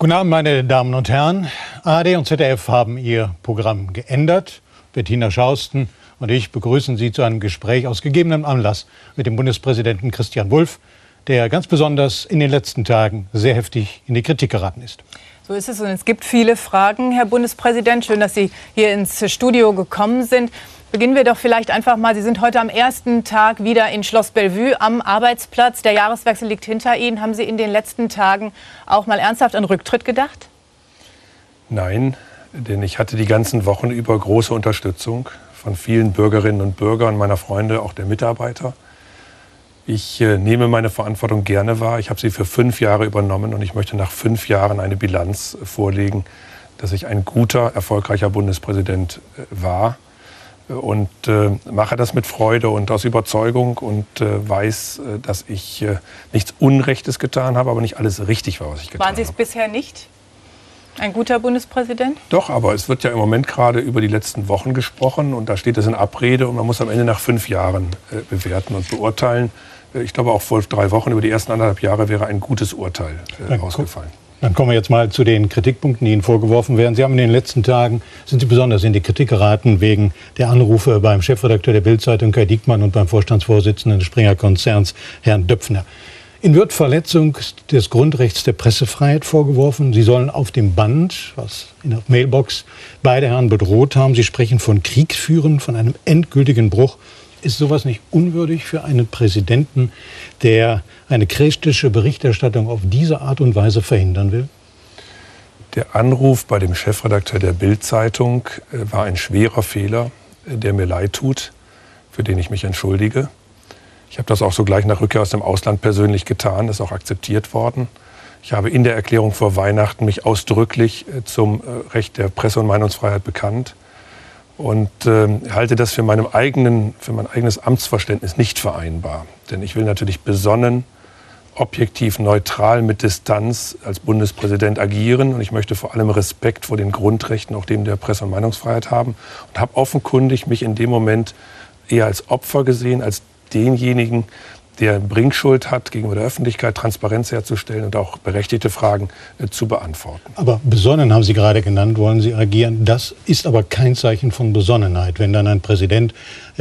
Guten Abend, meine Damen und Herren. ARD und ZDF haben ihr Programm geändert. Bettina Schausten und ich begrüßen Sie zu einem Gespräch aus gegebenem Anlass mit dem Bundespräsidenten Christian Wulff, der ganz besonders in den letzten Tagen sehr heftig in die Kritik geraten ist. So ist es und es gibt viele Fragen, Herr Bundespräsident. Schön, dass Sie hier ins Studio gekommen sind. Beginnen wir doch vielleicht einfach mal. Sie sind heute am ersten Tag wieder in Schloss Bellevue am Arbeitsplatz. Der Jahreswechsel liegt hinter Ihnen. Haben Sie in den letzten Tagen auch mal ernsthaft an Rücktritt gedacht? Nein, denn ich hatte die ganzen Wochen über große Unterstützung von vielen Bürgerinnen und Bürgern, meiner Freunde, auch der Mitarbeiter. Ich nehme meine Verantwortung gerne wahr. Ich habe sie für 5 Jahre übernommen und ich möchte nach 5 Jahren eine Bilanz vorlegen, dass ich ein guter, erfolgreicher Bundespräsident war. Und mache das mit Freude und aus Überzeugung und weiß, dass ich nichts Unrechtes getan habe, aber nicht alles richtig war, was ich getan habe. Waren Sie es bisher nicht? Ein guter Bundespräsident? Doch, aber es wird ja im Moment gerade über die letzten Wochen gesprochen und da steht es in Abrede und man muss am Ende nach 5 Jahren bewerten und beurteilen. Ich glaube, auch vor 3 Wochen, über die ersten 1,5 Jahre wäre ein gutes Urteil ausgefallen. Dann kommen wir jetzt mal zu den Kritikpunkten, die Ihnen vorgeworfen werden. Sie haben in den letzten Tagen, sind Sie besonders in die Kritik geraten wegen der Anrufe beim Chefredakteur der Bild-Zeitung Kai Diekmann und beim Vorstandsvorsitzenden des Springer-Konzerns Herrn Döpfner. Ihnen wird Verletzung des Grundrechts der Pressefreiheit vorgeworfen. Sie sollen auf dem Band, was in der Mailbox, beide Herren bedroht haben. Sie sprechen von Kriegsführen, von einem endgültigen Bruch. Ist sowas nicht unwürdig für einen Präsidenten, der eine kritische Berichterstattung auf diese Art und Weise verhindern will? Der Anruf bei dem Chefredakteur der Bild-Zeitung war ein schwerer Fehler, der mir leid tut, für den ich mich entschuldige. Ich habe das auch so gleich nach Rückkehr aus dem Ausland persönlich getan, das ist auch akzeptiert worden. Ich habe in der Erklärung vor Weihnachten mich ausdrücklich zum Recht der Presse- und Meinungsfreiheit bekannt. Und halte das für mein eigenes Amtsverständnis nicht vereinbar. Denn ich will natürlich besonnen, objektiv, neutral, mit Distanz als Bundespräsident agieren. Und ich möchte vor allem Respekt vor den Grundrechten, auch dem der Presse- und Meinungsfreiheit haben. Und habe offenkundig mich in dem Moment eher als Opfer gesehen, als denjenigen, der Bringschuld hat, gegenüber der Öffentlichkeit Transparenz herzustellen und auch berechtigte Fragen zu beantworten. Aber besonnen haben Sie gerade genannt, wollen Sie agieren. Das ist aber kein Zeichen von Besonnenheit, wenn dann ein Präsident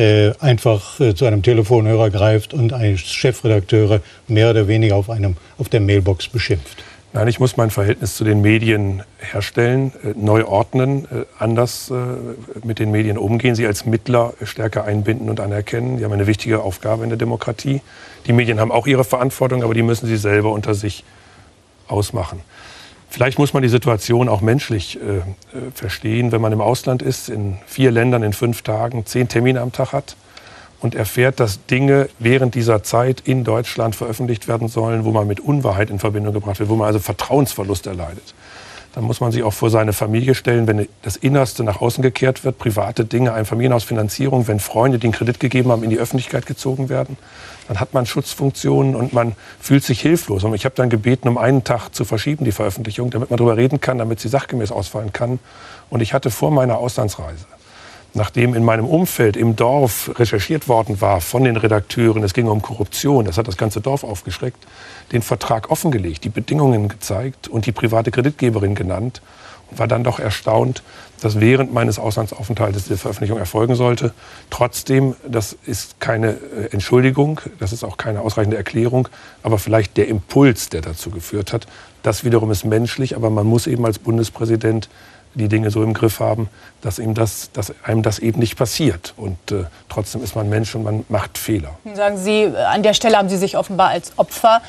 einfach zu einem Telefonhörer greift und einen Chefredakteure mehr oder weniger auf der Mailbox beschimpft. Nein, ich muss mein Verhältnis zu den Medien herstellen, neu ordnen, anders mit den Medien umgehen, sie als Mittler stärker einbinden und anerkennen. Die haben eine wichtige Aufgabe in der Demokratie. Die Medien haben auch ihre Verantwortung, aber die müssen sie selber unter sich ausmachen. Vielleicht muss man die Situation auch menschlich verstehen, wenn man im Ausland ist, in 4 Ländern in 5 Tagen, 10 Termine am Tag hat und erfährt, dass Dinge während dieser Zeit in Deutschland veröffentlicht werden sollen, wo man mit Unwahrheit in Verbindung gebracht wird, wo man also Vertrauensverlust erleidet. Dann muss man sich auch vor seine Familie stellen, wenn das Innerste nach außen gekehrt wird, private Dinge, ein Familienhaus, Finanzierung, wenn Freunde, die einen Kredit gegeben haben, in die Öffentlichkeit gezogen werden. Dann hat man Schutzfunktionen und man fühlt sich hilflos. Und ich habe dann gebeten, um einen Tag zu verschieben, die Veröffentlichung, damit man darüber reden kann, damit sie sachgemäß ausfallen kann. Und ich hatte vor meiner Auslandsreise, nachdem in meinem Umfeld im Dorf recherchiert worden war von den Redakteuren, es ging um Korruption, das hat das ganze Dorf aufgeschreckt, den Vertrag offengelegt, die Bedingungen gezeigt und die private Kreditgeberin genannt und war dann doch erstaunt, dass während meines Auslandsaufenthaltes die Veröffentlichung erfolgen sollte. Trotzdem, das ist keine Entschuldigung, das ist auch keine ausreichende Erklärung, aber vielleicht der Impuls, der dazu geführt hat, das wiederum ist menschlich, aber man muss eben als Bundespräsident die Dinge so im Griff haben, dass einem das eben nicht passiert. Und trotzdem ist man Mensch und man macht Fehler. Sagen Sie, an der Stelle haben Sie sich offenbar als Opfer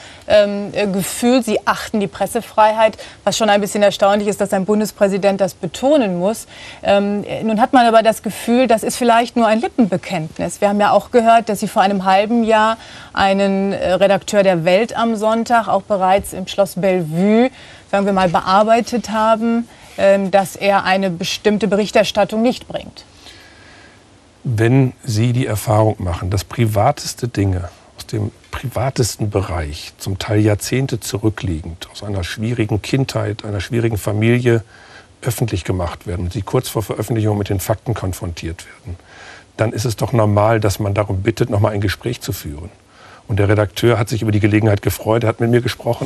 gefühlt. Sie achten die Pressefreiheit, was schon ein bisschen erstaunlich ist, dass ein Bundespräsident das betonen muss. Nun hat man aber das Gefühl, das ist vielleicht nur ein Lippenbekenntnis. Wir haben ja auch gehört, dass Sie vor einem halben Jahr einen Redakteur der Welt am Sonntag auch bereits im Schloss Bellevue, sagen wir mal, bearbeitet haben, dass er eine bestimmte Berichterstattung nicht bringt. Wenn Sie die Erfahrung machen, dass privateste Dinge aus dem privatesten Bereich, zum Teil Jahrzehnte zurückliegend, aus einer schwierigen Kindheit, einer schwierigen Familie öffentlich gemacht werden und Sie kurz vor Veröffentlichung mit den Fakten konfrontiert werden, dann ist es doch normal, dass man darum bittet, noch mal ein Gespräch zu führen. Und der Redakteur hat sich über die Gelegenheit gefreut, er hat mit mir gesprochen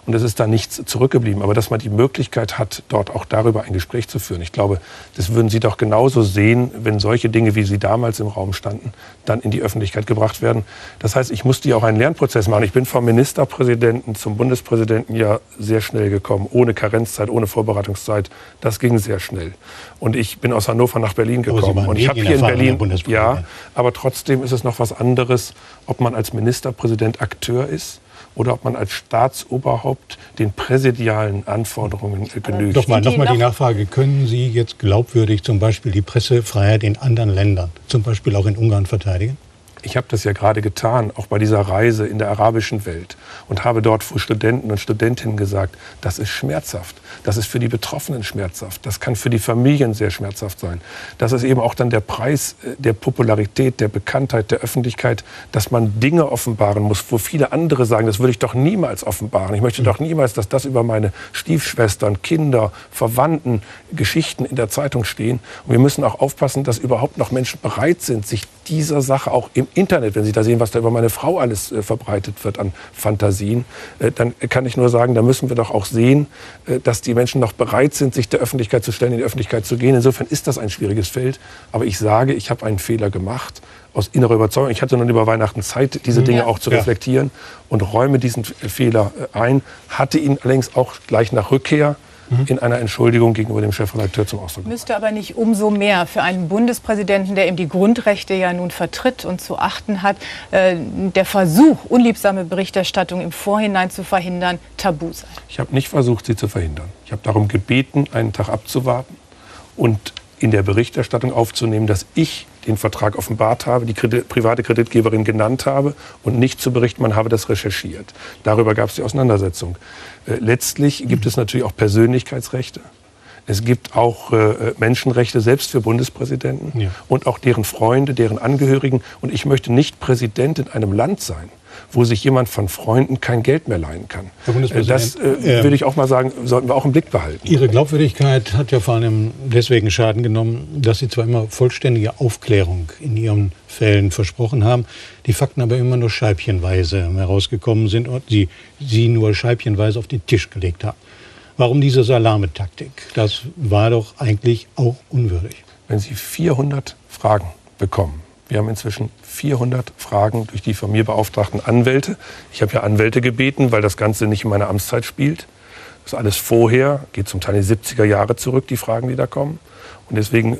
und es ist da nichts zurückgeblieben. Aber dass man die Möglichkeit hat, dort auch darüber ein Gespräch zu führen. Ich glaube, das würden Sie doch genauso sehen, wenn solche Dinge, wie sie damals im Raum standen, dann in die Öffentlichkeit gebracht werden. Das heißt, ich musste ja auch einen Lernprozess machen. Ich bin vom Ministerpräsidenten zum Bundespräsidenten ja sehr schnell gekommen, ohne Karenzzeit, ohne Vorbereitungszeit. Das ging sehr schnell. Und ich bin aus Hannover nach Berlin gekommen. Und ich habe hier in Berlin, ja, aber trotzdem ist es noch was anderes, ob man als Ministerpräsident Akteur ist oder ob man als Staatsoberhaupt den präsidialen Anforderungen genügt. Doch mal die Nachfrage, können Sie jetzt glaubwürdig zum Beispiel die Pressefreiheit in anderen Ländern, zum Beispiel auch in Ungarn, verteidigen? Ich habe das ja gerade getan, auch bei dieser Reise in der arabischen Welt, und habe dort vor Studenten und Studentinnen gesagt, das ist schmerzhaft, das ist für die Betroffenen schmerzhaft, das kann für die Familien sehr schmerzhaft sein. Das ist eben auch dann der Preis der Popularität, der Bekanntheit, der Öffentlichkeit, dass man Dinge offenbaren muss, wo viele andere sagen, das würde ich doch niemals offenbaren. Ich möchte doch niemals, dass das über meine Stiefschwestern, Kinder, Verwandten, Geschichten in der Zeitung stehen. Und wir müssen auch aufpassen, dass überhaupt noch Menschen bereit sind, sich dieser Sache auch im Internet, wenn Sie da sehen, was da über meine Frau alles verbreitet wird an Fantasien, dann kann ich nur sagen, da müssen wir doch auch sehen, dass die Menschen noch bereit sind, sich der Öffentlichkeit zu stellen, in die Öffentlichkeit zu gehen. Insofern ist das ein schwieriges Feld. Aber ich sage, ich habe einen Fehler gemacht, aus innerer Überzeugung. Ich hatte nun über Weihnachten Zeit, diese Dinge auch zu reflektieren und räume diesen Fehler ein. Hatte ihn allerdings auch gleich nach Rückkehr in einer Entschuldigung gegenüber dem Chefredakteur zum Ausdruck. Müsste aber nicht umso mehr für einen Bundespräsidenten, der eben die Grundrechte ja nun vertritt und zu achten hat, der Versuch, unliebsame Berichterstattung im Vorhinein zu verhindern, tabu sein? Ich habe nicht versucht, sie zu verhindern. Ich habe darum gebeten, einen Tag abzuwarten und in der Berichterstattung aufzunehmen, dass ich den Vertrag offenbart habe, die private Kreditgeberin genannt habe und nicht zu berichten, man habe das recherchiert. Darüber gab es die Auseinandersetzung. Letztlich gibt es natürlich auch Persönlichkeitsrechte. Es gibt auch Menschenrechte, selbst für Bundespräsidenten und auch deren Freunde, deren Angehörigen. Und ich möchte nicht Präsident in einem Land sein, wo sich jemand von Freunden kein Geld mehr leihen kann. Das würde ich auch mal sagen, sollten wir auch im Blick behalten. Ihre Glaubwürdigkeit hat ja vor allem deswegen Schaden genommen, dass Sie zwar immer vollständige Aufklärung in Ihren Fällen versprochen haben, die Fakten aber immer nur scheibchenweise herausgekommen sind und Sie nur scheibchenweise auf den Tisch gelegt haben. Warum diese Salamitaktik? Das war doch eigentlich auch unwürdig. Wenn Sie 400 Fragen bekommen, wir haben inzwischen 400 Fragen durch die von mir beauftragten Anwälte. Ich habe ja Anwälte gebeten, weil das Ganze nicht in meiner Amtszeit spielt. Das ist alles vorher, geht zum Teil in die 70er Jahre zurück, die Fragen, die da kommen. Und deswegen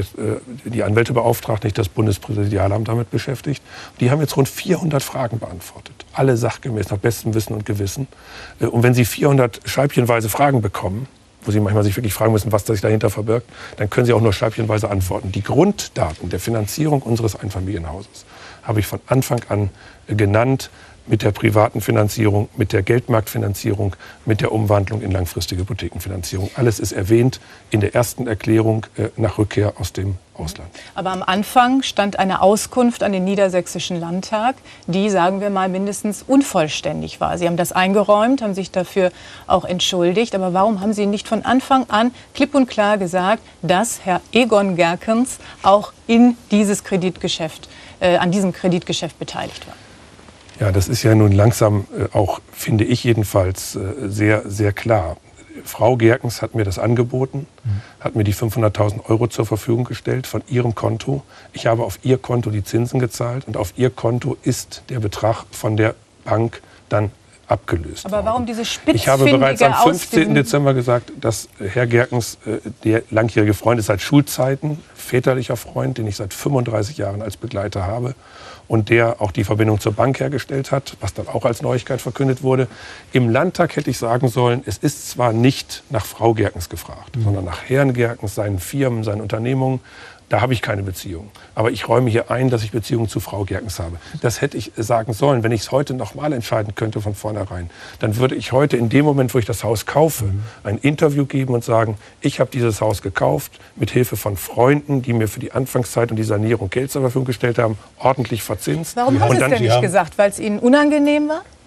die Anwälte beauftragt, nicht das Bundespräsidialamt damit beschäftigt. Die haben jetzt rund 400 Fragen beantwortet. Alle sachgemäß, nach bestem Wissen und Gewissen. Und wenn Sie 400 scheibchenweise Fragen bekommen, wo Sie manchmal sich wirklich fragen müssen, was sich dahinter verbirgt, dann können Sie auch nur scheibchenweise antworten. Die Grunddaten der Finanzierung unseres Einfamilienhauses habe ich von Anfang an genannt, mit der privaten Finanzierung, mit der Geldmarktfinanzierung, mit der Umwandlung in langfristige Hypothekenfinanzierung. Alles ist erwähnt in der ersten Erklärung nach Rückkehr aus dem Ausland. Aber am Anfang stand eine Auskunft an den Niedersächsischen Landtag, die, sagen wir mal, mindestens unvollständig war. Sie haben das eingeräumt, haben sich dafür auch entschuldigt. Aber warum haben Sie nicht von Anfang an klipp und klar gesagt, dass Herr Egon Gerkens auch in dieses Kreditgeschäft, an diesem Kreditgeschäft beteiligt war? Ja, das ist ja nun langsam auch, finde ich jedenfalls, sehr, sehr klar. Frau Gerkens hat mir das angeboten, hat mir die 500.000 € zur Verfügung gestellt von ihrem Konto. Ich habe auf ihr Konto die Zinsen gezahlt und auf ihr Konto ist der Betrag von der Bank dann abgelöst Aber worden. Warum diese spitzfindige Ich habe bereits am 15. Dezember gesagt, dass Herr Gerkens, der langjährige Freund ist seit Schulzeiten, väterlicher Freund, den ich seit 35 Jahren als Begleiter habe und der auch die Verbindung zur Bank hergestellt hat, was dann auch als Neuigkeit verkündet wurde. Im Landtag hätte ich sagen sollen, es ist zwar nicht nach Frau Gerkens gefragt, sondern nach Herrn Gerkens, seinen Firmen, seinen Unternehmungen. Da habe ich keine Beziehung. Aber ich räume hier ein, dass ich Beziehungen zu Frau Gerkens habe. Das hätte ich sagen sollen. Wenn ich es heute noch mal entscheiden könnte von vornherein, dann würde ich heute in dem Moment, wo ich das Haus kaufe, ein Interview geben und sagen, ich habe dieses Haus gekauft mit Hilfe von Freunden, die mir für die Anfangszeit und die Sanierung Geld zur Verfügung gestellt haben, ordentlich verzinst. Warum haben Sie es denn nicht gesagt? Weil es Ihnen unangenehm war?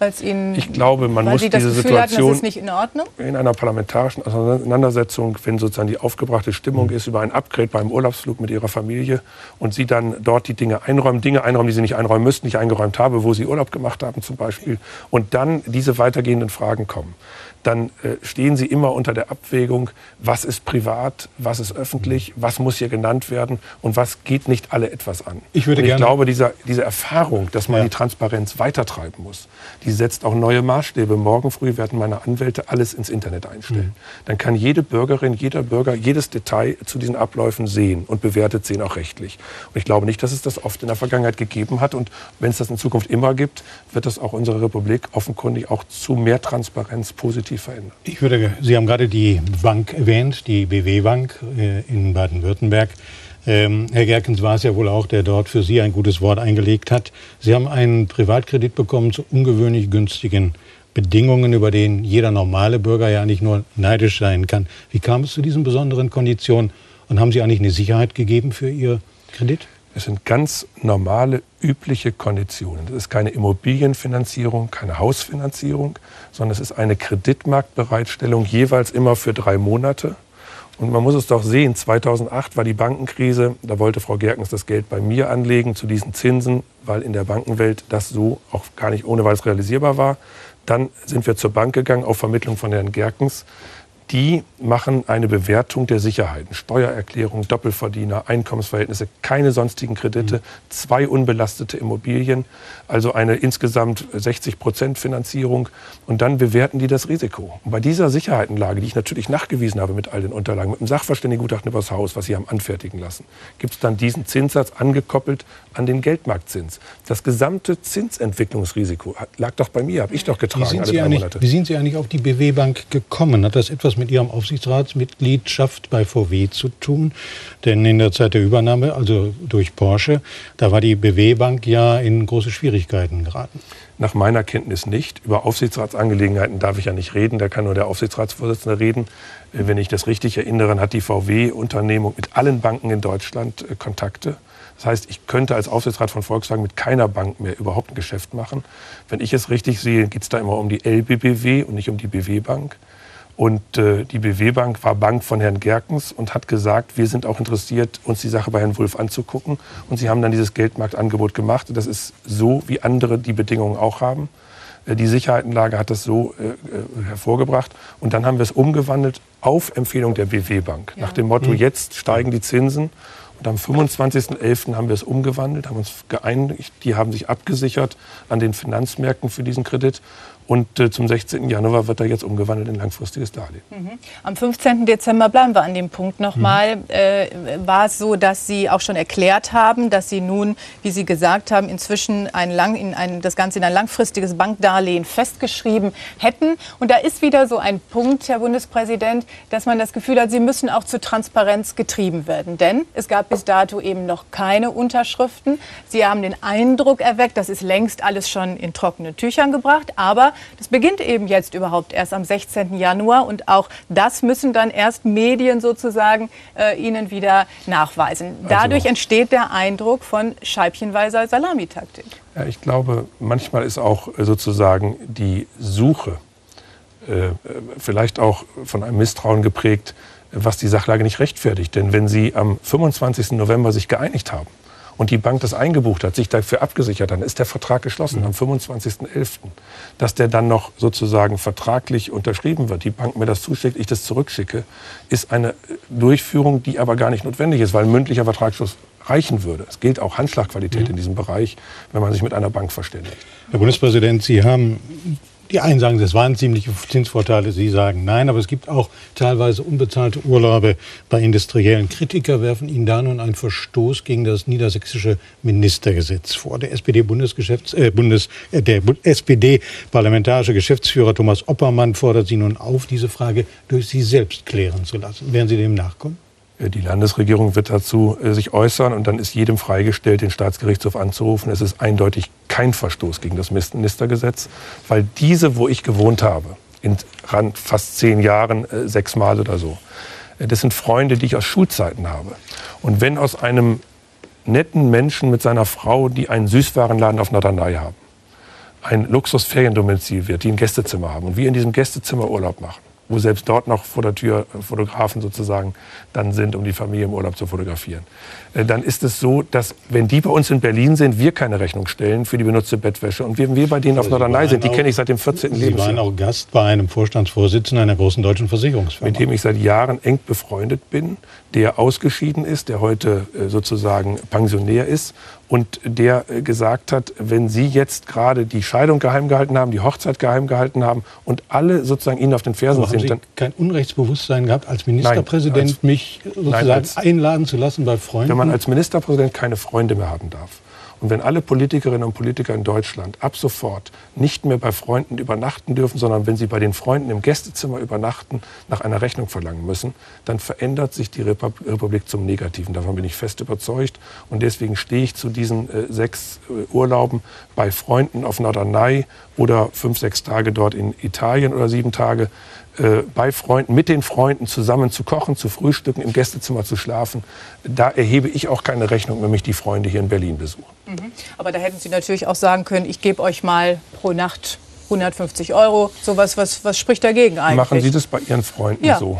Weil es Ihnen, ich glaube, man muss diese Situation das ist nicht in Ordnung? In einer parlamentarischen Auseinandersetzung, wenn sozusagen die aufgebrachte Stimmung ist über ein Upgrade beim Urlaubsflug mit ihrer Familie und sie dann dort die Dinge einräumen, die sie nicht einräumen müssten, nicht eingeräumt haben, wo sie Urlaub gemacht haben zum Beispiel, und dann diese weitergehenden Fragen kommen. Dann stehen sie immer unter der Abwägung, was ist privat, was ist öffentlich, was muss hier genannt werden und was geht nicht alle etwas an. Ich glaube, diese Erfahrung, dass man die Transparenz weitertreiben muss, die setzt auch neue Maßstäbe. Morgen früh werden meine Anwälte alles ins Internet einstellen. Dann kann jede Bürgerin, jeder Bürger jedes Detail zu diesen Abläufen sehen und bewertet sehen, auch rechtlich. Und ich glaube nicht, dass es das oft in der Vergangenheit gegeben hat. Und wenn es das in Zukunft immer gibt, wird das auch unsere Republik offenkundig auch zu mehr Transparenz positiv verändern. Sie haben gerade die Bank erwähnt, die BW Bank in Baden-Württemberg. Herr Gerkens war es ja wohl auch, der dort für Sie ein gutes Wort eingelegt hat. Sie haben einen Privatkredit bekommen zu ungewöhnlich günstigen Bedingungen, über denen jeder normale Bürger ja nicht nur neidisch sein kann. Wie kam es zu diesen besonderen Konditionen und haben Sie eigentlich eine Sicherheit gegeben für Ihr Kredit? Es sind ganz normale, übliche Konditionen. Das ist keine Immobilienfinanzierung, keine Hausfinanzierung, sondern es ist eine Kreditmarktbereitstellung jeweils immer für 3 Monate. Und man muss es doch sehen, 2008 war die Bankenkrise, da wollte Frau Gerkens das Geld bei mir anlegen zu diesen Zinsen, weil in der Bankenwelt das so auch gar nicht ohne weiteres realisierbar war. Dann sind wir zur Bank gegangen auf Vermittlung von Herrn Gerkens. Die machen eine Bewertung der Sicherheiten, Steuererklärung, Doppelverdiener, Einkommensverhältnisse, keine sonstigen Kredite, 2 unbelastete Immobilien, also eine insgesamt 60% Finanzierung. Und dann bewerten die das Risiko. Und bei dieser Sicherheitenlage, die ich natürlich nachgewiesen habe mit all den Unterlagen, mit dem Sachverständigengutachten über das Haus, was Sie haben anfertigen lassen, gibt es dann diesen Zinssatz angekoppelt an den Geldmarktzins. Das gesamte Zinsentwicklungsrisiko lag doch bei mir, habe ich doch getragen alle 3 Monate. Wie sind Sie eigentlich auf die BW Bank gekommen? Hat das etwas mit Ihrem Aufsichtsratsmitgliedschaft bei VW zu tun? Denn in der Zeit der Übernahme, also durch Porsche, da war die BW Bank ja in große Schwierigkeiten geraten. Nach meiner Kenntnis nicht. Über Aufsichtsratsangelegenheiten darf ich ja nicht reden. Da kann nur der Aufsichtsratsvorsitzende reden. Wenn ich das richtig erinnere, hat die VW-Unternehmung mit allen Banken in Deutschland Kontakte. Das heißt, ich könnte als Aufsichtsrat von Volkswagen mit keiner Bank mehr überhaupt ein Geschäft machen. Wenn ich es richtig sehe, geht es da immer um die LBBW und nicht um die BW Bank. Und die BW Bank war Bank von Herrn Gerkens und hat gesagt, wir sind auch interessiert, uns die Sache bei Herrn Wulff anzugucken. Und sie haben dann dieses Geldmarktangebot gemacht. Das ist so, wie andere die Bedingungen auch haben. Die Sicherheitenlage hat das so hervorgebracht. Und dann haben wir es umgewandelt auf Empfehlung der BW Bank. Ja. Nach dem Motto, jetzt steigen die Zinsen. Und am 25.11. haben wir es umgewandelt, haben uns geeinigt. Die haben sich abgesichert an den Finanzmärkten für diesen Kredit. Und zum 16. Januar wird er jetzt umgewandelt in langfristiges Darlehen. Am 15. Dezember, bleiben wir an dem Punkt nochmal, war es so, dass Sie auch schon erklärt haben, dass Sie nun, wie Sie gesagt haben, inzwischen das Ganze in ein langfristiges Bankdarlehen festgeschrieben hätten. Und da ist wieder so ein Punkt, Herr Bundespräsident, dass man das Gefühl hat, Sie müssen auch zur Transparenz getrieben werden. Denn es gab bis dato eben noch keine Unterschriften. Sie haben den Eindruck erweckt, das ist längst alles schon in trockene Tüchern gebracht. Aber das beginnt eben jetzt überhaupt erst am 16. Januar und auch das müssen dann erst Medien sozusagen Ihnen wieder nachweisen. Dadurch entsteht der Eindruck von scheibchenweiser Salamitaktik. Ja, ich glaube, manchmal ist auch sozusagen die Suche vielleicht auch von einem Misstrauen geprägt, was die Sachlage nicht rechtfertigt. Denn wenn Sie am 25. November sich geeinigt haben, und die Bank das eingebucht hat, sich dafür abgesichert hat, dann ist der Vertrag geschlossen am 25.11. Dass der dann noch sozusagen vertraglich unterschrieben wird, die Bank mir das zuschickt, ich das zurückschicke, ist eine Durchführung, die aber gar nicht notwendig ist, weil ein mündlicher Vertragsschluss reichen würde. Es gilt auch Handschlagqualität in diesem Bereich, wenn man sich mit einer Bank verständigt. Herr Bundespräsident, Sie haben... Die einen sagen, das waren ziemliche Zinsvorteile, Sie sagen nein, aber es gibt auch teilweise unbezahlte Urlaube bei Industriellen. Kritiker werfen Ihnen da nun einen Verstoß gegen das niedersächsische Ministergesetz vor. Der SPD-parlamentarische Geschäftsführer Thomas Oppermann fordert Sie nun auf, diese Frage durch Sie selbst klären zu lassen. Werden Sie dem nachkommen? Die Landesregierung wird dazu sich äußern und dann ist jedem freigestellt, den Staatsgerichtshof anzurufen. Es ist eindeutig kein Verstoß gegen das Ministergesetz, weil diese, wo ich gewohnt habe, in fast 10 Jahren, 6 Mal oder so, das sind Freunde, die ich aus Schulzeiten habe. Und wenn aus einem netten Menschen mit seiner Frau, die einen Süßwarenladen auf Norderney haben, ein Luxusferiendomizil wird, die ein Gästezimmer haben und wir in diesem Gästezimmer Urlaub machen, wo selbst dort noch vor der Tür Fotografen sozusagen dann sind, um die Familie im Urlaub zu fotografieren, dann ist es so, dass, wenn die bei uns in Berlin sind, wir keine Rechnung stellen für die benutzte Bettwäsche. Und wenn wir bei denen auf Norderney sind, die kenne ich seit dem 14. Lebensjahr. Sie waren auch Gast bei einem Vorstandsvorsitzenden einer großen deutschen Versicherungsfirma. Mit dem ich seit Jahren eng befreundet bin, der ausgeschieden ist, der heute sozusagen Pensionär ist und der gesagt hat, wenn Sie jetzt gerade die Scheidung geheim gehalten haben, die Hochzeit geheim gehalten haben und alle sozusagen Ihnen auf den Fersen sind, dann... Haben Sie kein Unrechtsbewusstsein gehabt, als Ministerpräsident mich sozusagen einladen zu lassen bei Freunden? Wenn man als Ministerpräsident keine Freunde mehr haben darf und wenn alle Politikerinnen und Politiker in Deutschland ab sofort nicht mehr bei Freunden übernachten dürfen, sondern wenn sie bei den Freunden im Gästezimmer übernachten, nach einer Rechnung verlangen müssen, dann verändert sich die Republik zum Negativen. Davon bin ich fest überzeugt. Und deswegen stehe ich zu diesen 6 Urlauben bei Freunden auf Norderney oder 5, 6 Tage dort in Italien oder 7 Tage bei Freunden, mit den Freunden zusammen zu kochen, zu frühstücken, im Gästezimmer zu schlafen. Da erhebe ich auch keine Rechnung, wenn mich die Freunde hier in Berlin besuchen. Aber da hätten Sie natürlich auch sagen können, ich gebe euch mal pro Nacht 150 €. Sowas, was spricht dagegen eigentlich? Machen Sie das bei Ihren Freunden so?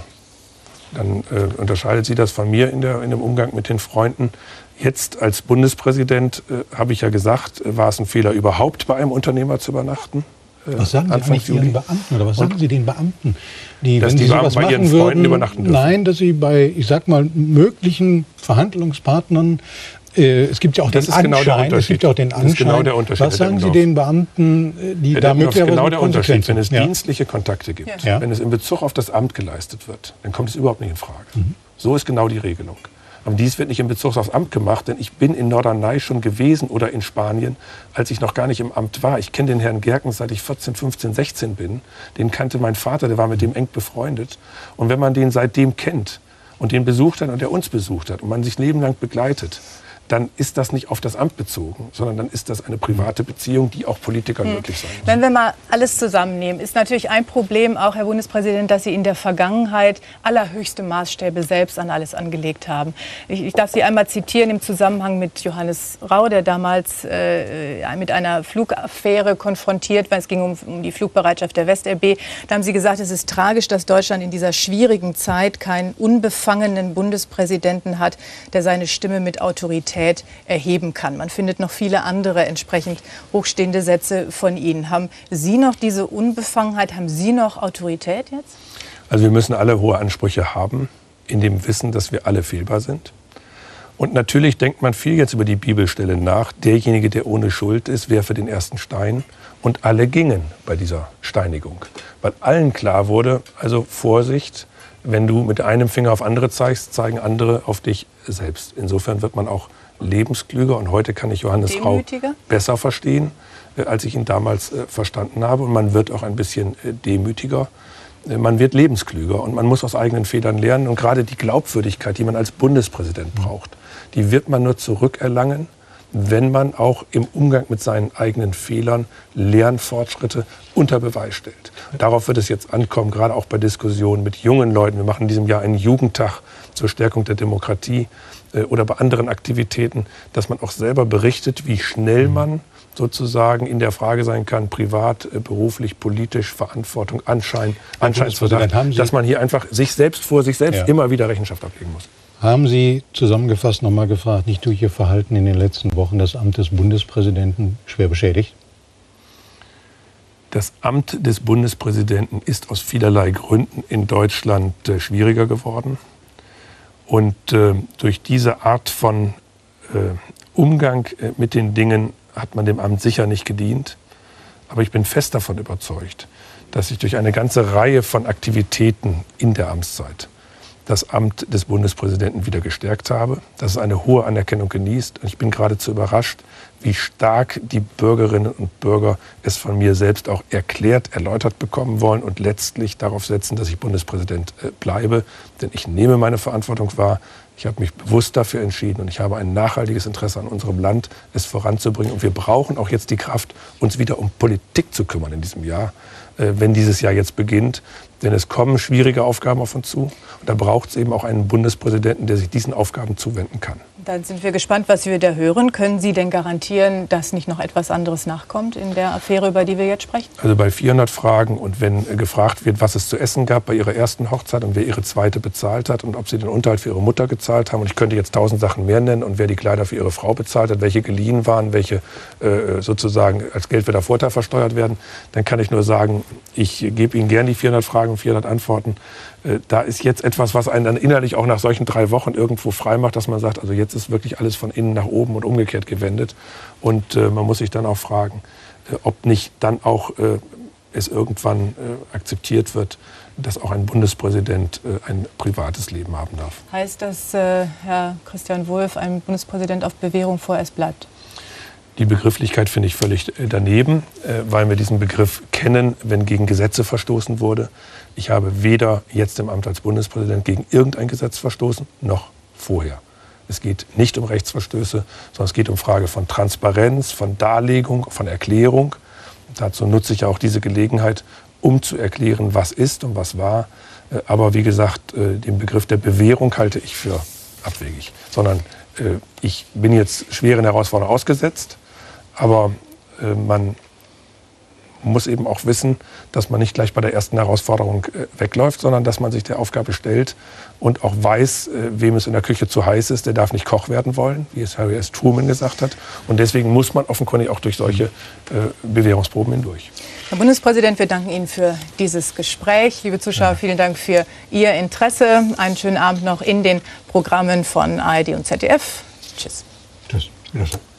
Dann unterscheidet Sie das von mir in dem Umgang mit den Freunden. Jetzt als Bundespräsident, habe ich ja gesagt, war es ein Fehler, überhaupt bei einem Unternehmer zu übernachten. Was sagen Sie eigentlich Ihren Beamten oder was sagen Sie den Beamten, dass die sowas bei ihren Freunden übernachten dürfen? Nein, dass sie bei, ich sag mal, möglichen Verhandlungspartnern, es gibt ja auch den Anschein, es gibt auch den Anschein. Das ist genau der Unterschied. Was sagen Sie den Beamten, die damit das ist genau der Unterschied. Wenn es dienstliche Kontakte gibt, wenn es in Bezug auf das Amt geleistet wird, dann kommt es überhaupt nicht in Frage. So ist genau die Regelung. Aber dies wird nicht in Bezug aufs Amt gemacht, denn ich bin in Norderney schon gewesen oder in Spanien, als ich noch gar nicht im Amt war. Ich kenne den Herrn Gerkens, seit ich 14, 15, 16 bin. Den kannte mein Vater, der war mit dem eng befreundet. Und wenn man den seitdem kennt und den besucht hat und der uns besucht hat und man sich lebenlang begleitet, dann ist das nicht auf das Amt bezogen, sondern dann ist das eine private Beziehung, die auch Politikern möglich sein muss. Wenn wir mal alles zusammennehmen, ist natürlich ein Problem auch, Herr Bundespräsident, dass Sie in der Vergangenheit allerhöchste Maßstäbe selbst an alles angelegt haben. Ich darf Sie einmal zitieren im Zusammenhang mit Johannes Rau, der damals mit einer Flugaffäre konfrontiert war. Es ging um die Flugbereitschaft der WestLB. Da haben Sie gesagt, es ist tragisch, dass Deutschland in dieser schwierigen Zeit keinen unbefangenen Bundespräsidenten hat, der seine Stimme mit Autorität erheben kann. Man findet noch viele andere entsprechend hochstehende Sätze von Ihnen. Haben Sie noch diese Unbefangenheit? Haben Sie noch Autorität jetzt? Also wir müssen alle hohe Ansprüche haben, in dem Wissen, dass wir alle fehlbar sind. Und natürlich denkt man viel jetzt über die Bibelstelle nach. Derjenige, der ohne Schuld ist, werfe den ersten Stein. Und alle gingen bei dieser Steinigung. Weil allen klar wurde, also Vorsicht, wenn du mit einem Finger auf andere zeigst, zeigen andere auf dich selbst. Insofern wird man auch lebensklüger. Und heute kann ich Johannes Rau besser verstehen, als ich ihn damals verstanden habe. Und man wird auch ein bisschen demütiger. Man wird lebensklüger und man muss aus eigenen Fehlern lernen. Und gerade die Glaubwürdigkeit, die man als Bundespräsident braucht, die wird man nur zurückerlangen, wenn man auch im Umgang mit seinen eigenen Fehlern Lernfortschritte unter Beweis stellt. Darauf wird es jetzt ankommen, gerade auch bei Diskussionen mit jungen Leuten. Wir machen in diesem Jahr einen Jugendtag zur Stärkung der Demokratie oder bei anderen Aktivitäten, dass man auch selber berichtet, wie schnell man sozusagen in der Frage sein kann, privat, beruflich, politisch, Verantwortung, Anscheinsverdacht, dass man hier einfach sich selbst immer wieder Rechenschaft ablegen muss. Haben Sie zusammengefasst nochmal gefragt, nicht durch Ihr Verhalten in den letzten Wochen das Amt des Bundespräsidenten schwer beschädigt? Das Amt des Bundespräsidenten ist aus vielerlei Gründen in Deutschland schwieriger geworden. Und durch diese Art von Umgang mit den Dingen hat man dem Amt sicher nicht gedient. Aber ich bin fest davon überzeugt, dass ich durch eine ganze Reihe von Aktivitäten in der Amtszeit das Amt des Bundespräsidenten wieder gestärkt habe, dass es eine hohe Anerkennung genießt. Und ich bin geradezu überrascht, wie stark die Bürgerinnen und Bürger es von mir selbst auch erläutert bekommen wollen und letztlich darauf setzen, dass ich Bundespräsident bleibe. Denn ich nehme meine Verantwortung wahr. Ich habe mich bewusst dafür entschieden und ich habe ein nachhaltiges Interesse an unserem Land, es voranzubringen. Und wir brauchen auch jetzt die Kraft, uns wieder um Politik zu kümmern in diesem Jahr, wenn dieses Jahr jetzt beginnt. Denn es kommen schwierige Aufgaben auf uns zu. Und da braucht es eben auch einen Bundespräsidenten, der sich diesen Aufgaben zuwenden kann. Dann sind wir gespannt, was wir da hören. Können Sie denn garantieren, dass nicht noch etwas anderes nachkommt in der Affäre, über die wir jetzt sprechen? Also bei 400 Fragen und wenn gefragt wird, was es zu essen gab bei Ihrer ersten Hochzeit und wer Ihre zweite bezahlt hat und ob Sie den Unterhalt für Ihre Mutter gezahlt haben, und ich könnte jetzt 1000 Sachen mehr nennen, und wer die Kleider für Ihre Frau bezahlt hat, welche geliehen waren, welche sozusagen als Geldwerter Vorteil versteuert werden, dann kann ich nur sagen, ich gebe Ihnen gern die 400 Fragen und 400 Antworten. Da ist jetzt etwas, was einen dann innerlich auch nach solchen 3 Wochen irgendwo frei macht, dass man sagt, also jetzt ist wirklich alles von innen nach oben und umgekehrt gewendet. Und man muss sich dann auch fragen, ob nicht dann auch es irgendwann akzeptiert wird, dass auch ein Bundespräsident ein privates Leben haben darf. Heißt das, Herr Christian Wulff, ein Bundespräsident auf Bewährung vorerst bleibt? Die Begrifflichkeit finde ich völlig daneben, weil wir diesen Begriff kennen, wenn gegen Gesetze verstoßen wurde. Ich habe weder jetzt im Amt als Bundespräsident gegen irgendein Gesetz verstoßen, noch vorher. Es geht nicht um Rechtsverstöße, sondern es geht um Frage von Transparenz, von Darlegung, von Erklärung. Dazu nutze ich auch diese Gelegenheit, um zu erklären, was ist und was war. Aber wie gesagt, den Begriff der Bewährung halte ich für abwegig. Sondern ich bin jetzt schweren Herausforderungen ausgesetzt, aber man muss eben auch wissen, dass man nicht gleich bei der ersten Herausforderung wegläuft, sondern dass man sich der Aufgabe stellt und auch weiß, wem es in der Küche zu heiß ist, der darf nicht Koch werden wollen, wie es Harry S. Truman gesagt hat. Und deswegen muss man offenkundig auch durch solche Bewährungsproben hindurch. Herr Bundespräsident, wir danken Ihnen für dieses Gespräch. Liebe Zuschauer, vielen Dank für Ihr Interesse. Einen schönen Abend noch in den Programmen von ARD und ZDF. Tschüss. Tschüss. Wiedersehen.